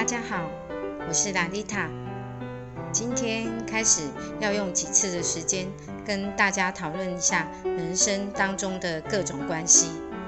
大家好，我是拉丽塔。今天开始要用几次的时间跟大家讨论一下人生当中的各种关系。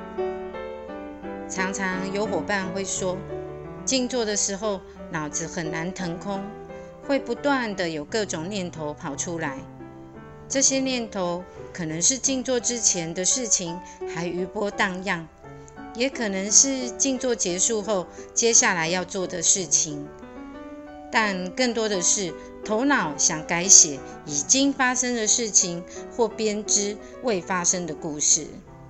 常常有伙伴会说，静坐的时候脑子很难腾空，会不断的有各种念头跑出来。这些念头可能是静坐之前的事情还余波荡漾，也可能是静坐结束后接下来要做的事情，但更多的是头脑想改写已经发生的事情，或编织未发生的故事。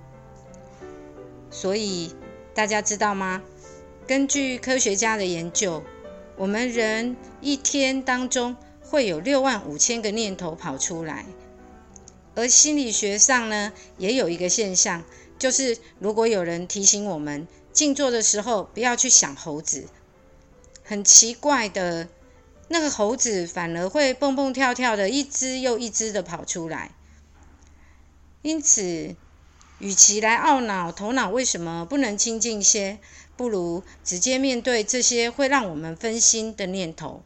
所以大家知道吗？根据科学家的研究，我们人一天当中会有65000个念头跑出来。而心理学上呢，也有一个现象，就是如果有人提醒我们静坐的时候不要去想猴子，很奇怪的，那个猴子反而会蹦蹦跳跳的一只又一只的跑出来。因此与其来懊恼头脑为什么不能清静些，不如直接面对这些会让我们分心的念头。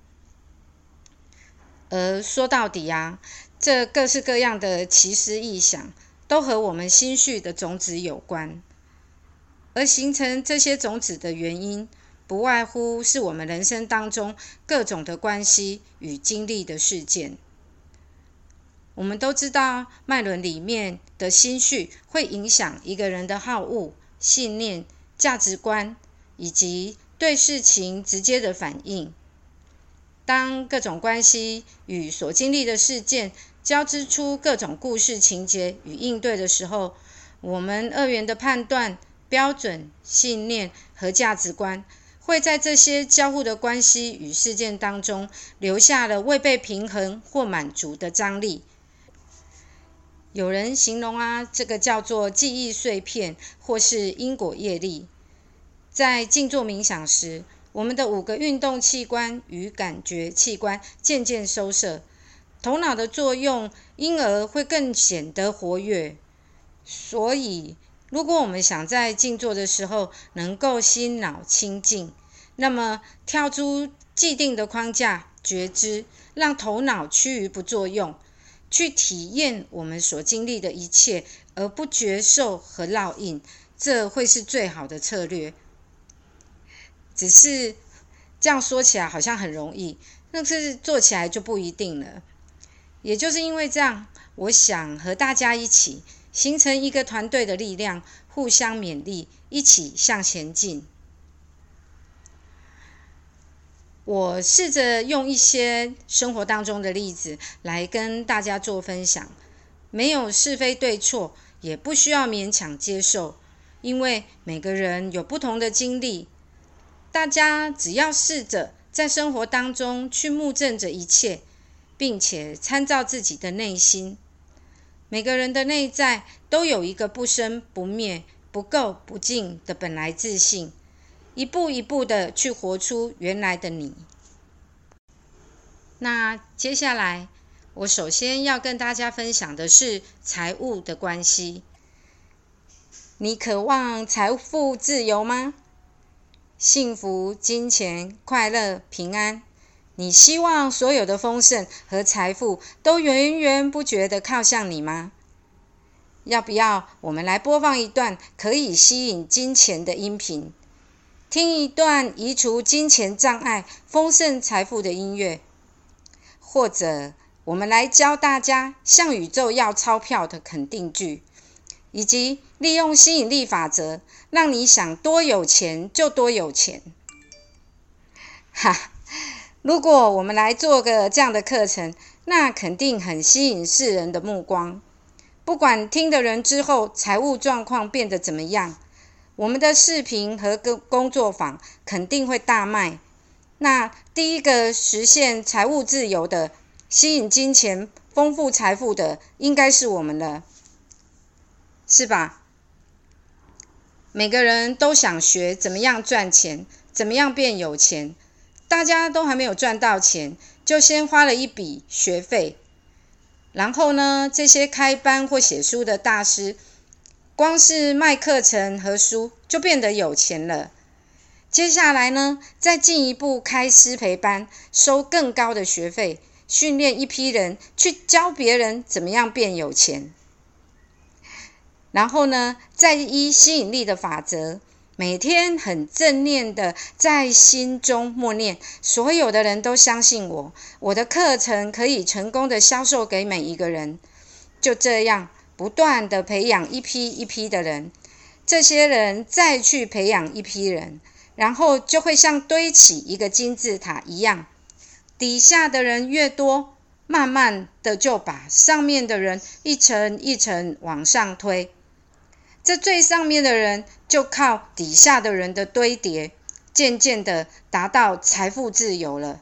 而说到底啊，这各式各样的奇思异想都和我们心绪的种子有关，而形成这些种子的原因，不外乎是我们人生当中各种的关系与经历的事件。我们都知道脉轮里面的心绪会影响一个人的好恶、信念、价值观，以及对事情直接的反应。当各种关系与所经历的事件交织出各种故事情节与应对的时候，我们二元的判断、标准、信念和价值观会在这些交互的关系与事件当中留下了未被平衡或满足的张力。有人形容这个叫做记忆碎片或是因果业力。在静坐冥想时，我们的5个运动器官与感觉器官渐渐收摄，头脑的作用因而会更显得活跃。所以如果我们想在静坐的时候能够心脑清静，那么跳出既定的框架觉知，让头脑趋于不作用，去体验我们所经历的一切，而不觉受和烙印，这会是最好的策略。只是这样说起来好像很容易，但是做起来就不一定了。也就是因为这样，我想和大家一起形成一个团队的力量，互相勉励，一起向前进。我试着用一些生活当中的例子来跟大家做分享，没有是非对错，也不需要勉强接受，因为每个人有不同的经历。大家只要试着在生活当中去目证着一切，并且参照自己的内心。每个人的内在都有一个不生不灭、不垢不净的本来自信，一步一步的去活出原来的你。那接下来，我首先要跟大家分享的是财务的关系。你渴望财富自由吗？幸福、金钱、快乐、平安，你希望所有的丰盛和财富都源源不绝地靠向你吗？要不要我们来播放一段可以吸引金钱的音频，听一段移除金钱障碍、丰盛财富的音乐，或者我们来教大家向宇宙要钞票的肯定句，以及利用吸引力法则，让你想多有钱就多有钱。如果我们来做个这样的课程，那肯定很吸引世人的目光。不管听的人之后财务状况变得怎么样，我们的视频和工作坊肯定会大卖。那第一个实现财务自由的、吸引金钱、丰富财富的，应该是我们了，是吧？每个人都想学怎么样赚钱，怎么样变有钱。大家都还没有赚到钱，就先花了一笔学费。然后呢，这些开班或写书的大师，光是卖课程和书就变得有钱了。 接下来呢，再进一步开师培班，收更高的学费，训练一批人去教别人怎么样变有钱。然后呢，再依吸引力的法则，每天很正念的在心中默念，所有的人都相信我，我的课程可以成功的销售给每一个人。就这样不断的培养一批一批的人，这些人再去培养一批人，然后就会像堆起一个金字塔一样，底下的人越多，慢慢的就把上面的人一层一层往上推，这最上面的人就靠底下的人的堆叠，渐渐的达到财富自由了。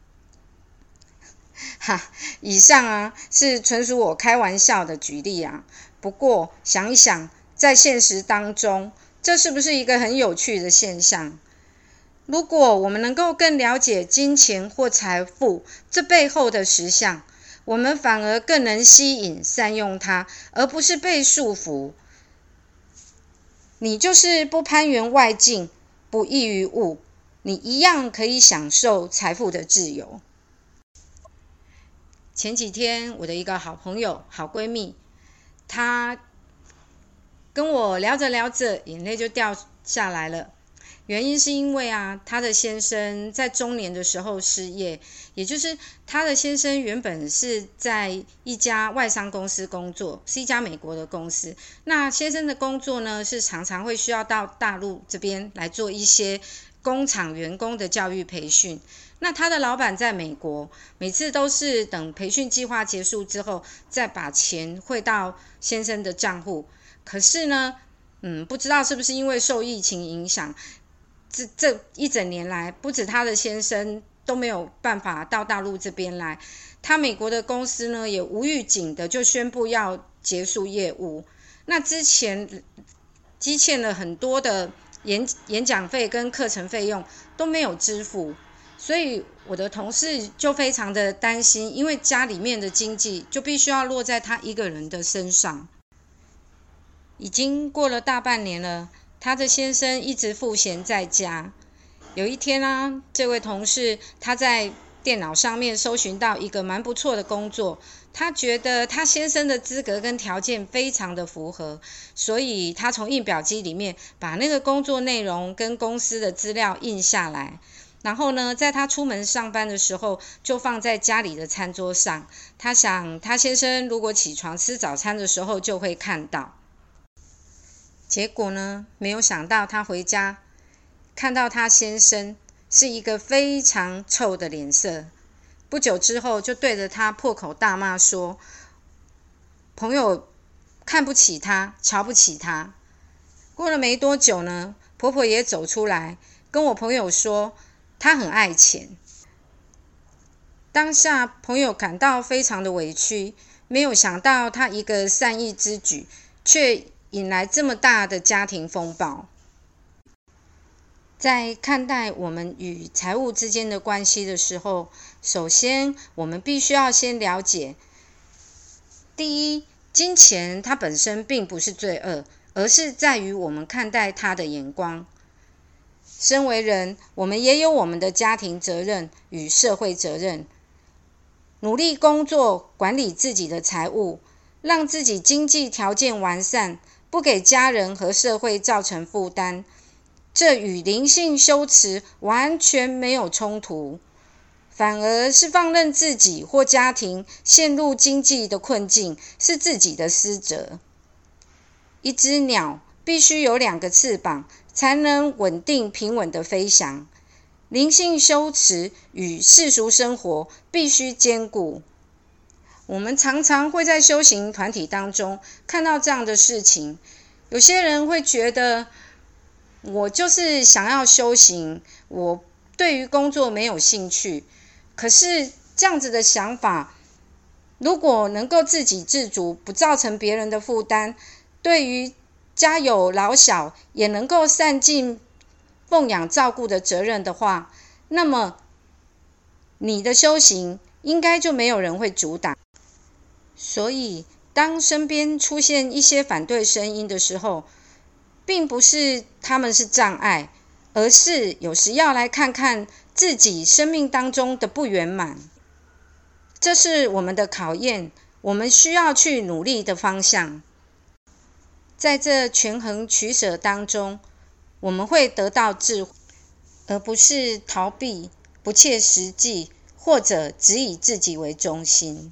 以上是纯属我开玩笑的举例不过想一想，在现实当中，这是不是一个很有趣的现象？如果我们能够更了解金钱或财富这背后的实相，我们反而更能吸引善用它，而不是被束缚。你就是不攀援外境，不依于物，你一样可以享受财富的自由。前几天我的一个好朋友、好闺蜜，她跟我聊着聊着，眼泪就掉下来了。原因是因为她的先生在中年的时候失业，也就是她的先生原本是在一家外商公司工作，是一家美国的公司。那先生的工作呢，是常常会需要到大陆这边来做一些工厂员工的教育培训。那他的老板在美国，每次都是等培训计划结束之后，再把钱汇到先生的账户。可是呢，不知道是不是因为受疫情影响，这一整年来，不止他的先生都没有办法到大陆这边来，他美国的公司呢，也无预警的就宣布要结束业务。那之前积欠了很多的演讲费跟课程费用都没有支付。所以我的同事就非常的担心，因为家里面的经济就必须要落在他一个人的身上。已经过了大半年了，他的先生一直赋闲在家。有一天这位同事他在电脑上面搜寻到一个蛮不错的工作，他觉得他先生的资格跟条件非常的符合，所以他从印表机里面把那个工作内容跟公司的资料印下来。然后呢，在他出门上班的时候，就放在家里的餐桌上。他想，他先生如果起床吃早餐的时候就会看到。结果呢，没有想到他回家，看到他先生是一个非常臭的脸色。不久之后，就对着他破口大骂说，朋友看不起他，瞧不起他。过了没多久呢，婆婆也走出来，跟我朋友说，他很爱钱。当下朋友感到非常的委屈，没有想到他一个善意之举，却引来这么大的家庭风暴。在看待我们与财务之间的关系的时候，首先我们必须要先了解，第一，金钱它本身并不是罪恶，而是在于我们看待它的眼光。身为人，我们也有我们的家庭责任与社会责任，努力工作，管理自己的财务，让自己经济条件完善，不给家人和社会造成负担。这与灵性修持完全没有冲突，反而是放任自己或家庭陷入经济的困境，是自己的失责。一只鸟必须有2个翅膀，才能稳定平稳的飞翔。灵性修持与世俗生活必须兼顾。我们常常会在修行团体当中看到这样的事情，有些人会觉得，我就是想要修行，我对于工作没有兴趣。可是这样子的想法，如果能够自给自足，不造成别人的负担，对于家有老小也能够善尽奉养照顾的责任的话，那么你的修行应该就没有人会阻挡。所以当身边出现一些反对声音的时候，并不是他们是障碍， 而是有时要来看看自己生命当中的不圆满。这是我们的考验，我们需要去努力的方向。在这权衡取舍当中，我们会得到智慧，而不是逃避、不切实际，或者只以自己为中心。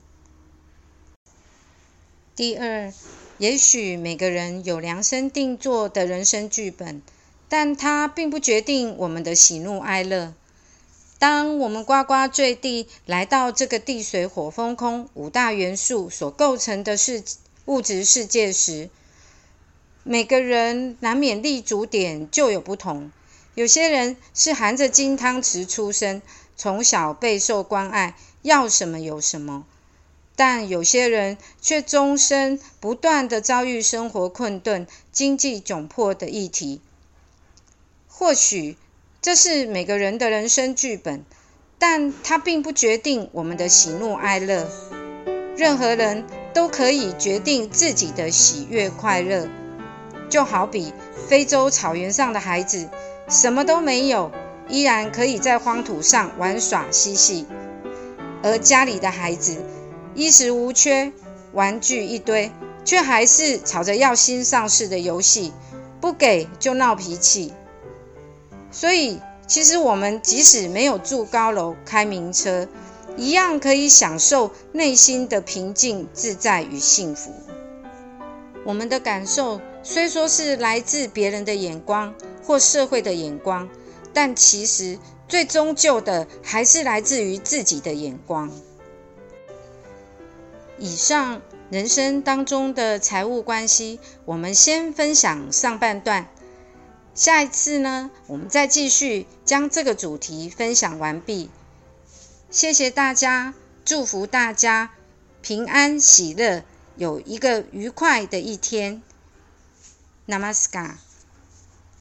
第二，也许每个人有量身定做的人生剧本，但它并不决定我们的喜怒哀乐。当我们呱呱坠地来到这个地水火风空五大元素所构成的物质世界时，每个人难免立足点就有不同。有些人是含着金汤匙出生，从小备受关爱，要什么有什么。但有些人却终身不断地遭遇生活困顿、经济窘迫的议题。或许这是每个人的人生剧本，但它并不决定我们的喜怒哀乐。任何人都可以决定自己的喜悦快乐。就好比非洲草原上的孩子，什么都没有，依然可以在荒土上玩耍嬉戏；而家里的孩子，衣食无缺，玩具一堆，却还是吵着要新上市的游戏，不给就闹脾气。所以，其实我们即使没有住高楼、开名车，一样可以享受内心的平静、自在与幸福。我们的感受虽说是来自别人的眼光或社会的眼光，但其实最终究的还是来自于自己的眼光。以上人生当中的财务关系，我们先分享上半段。下一次呢，我们再继续将这个主题分享完毕。谢谢大家，祝福大家平安喜乐，有一个愉快的一天。Namaskar。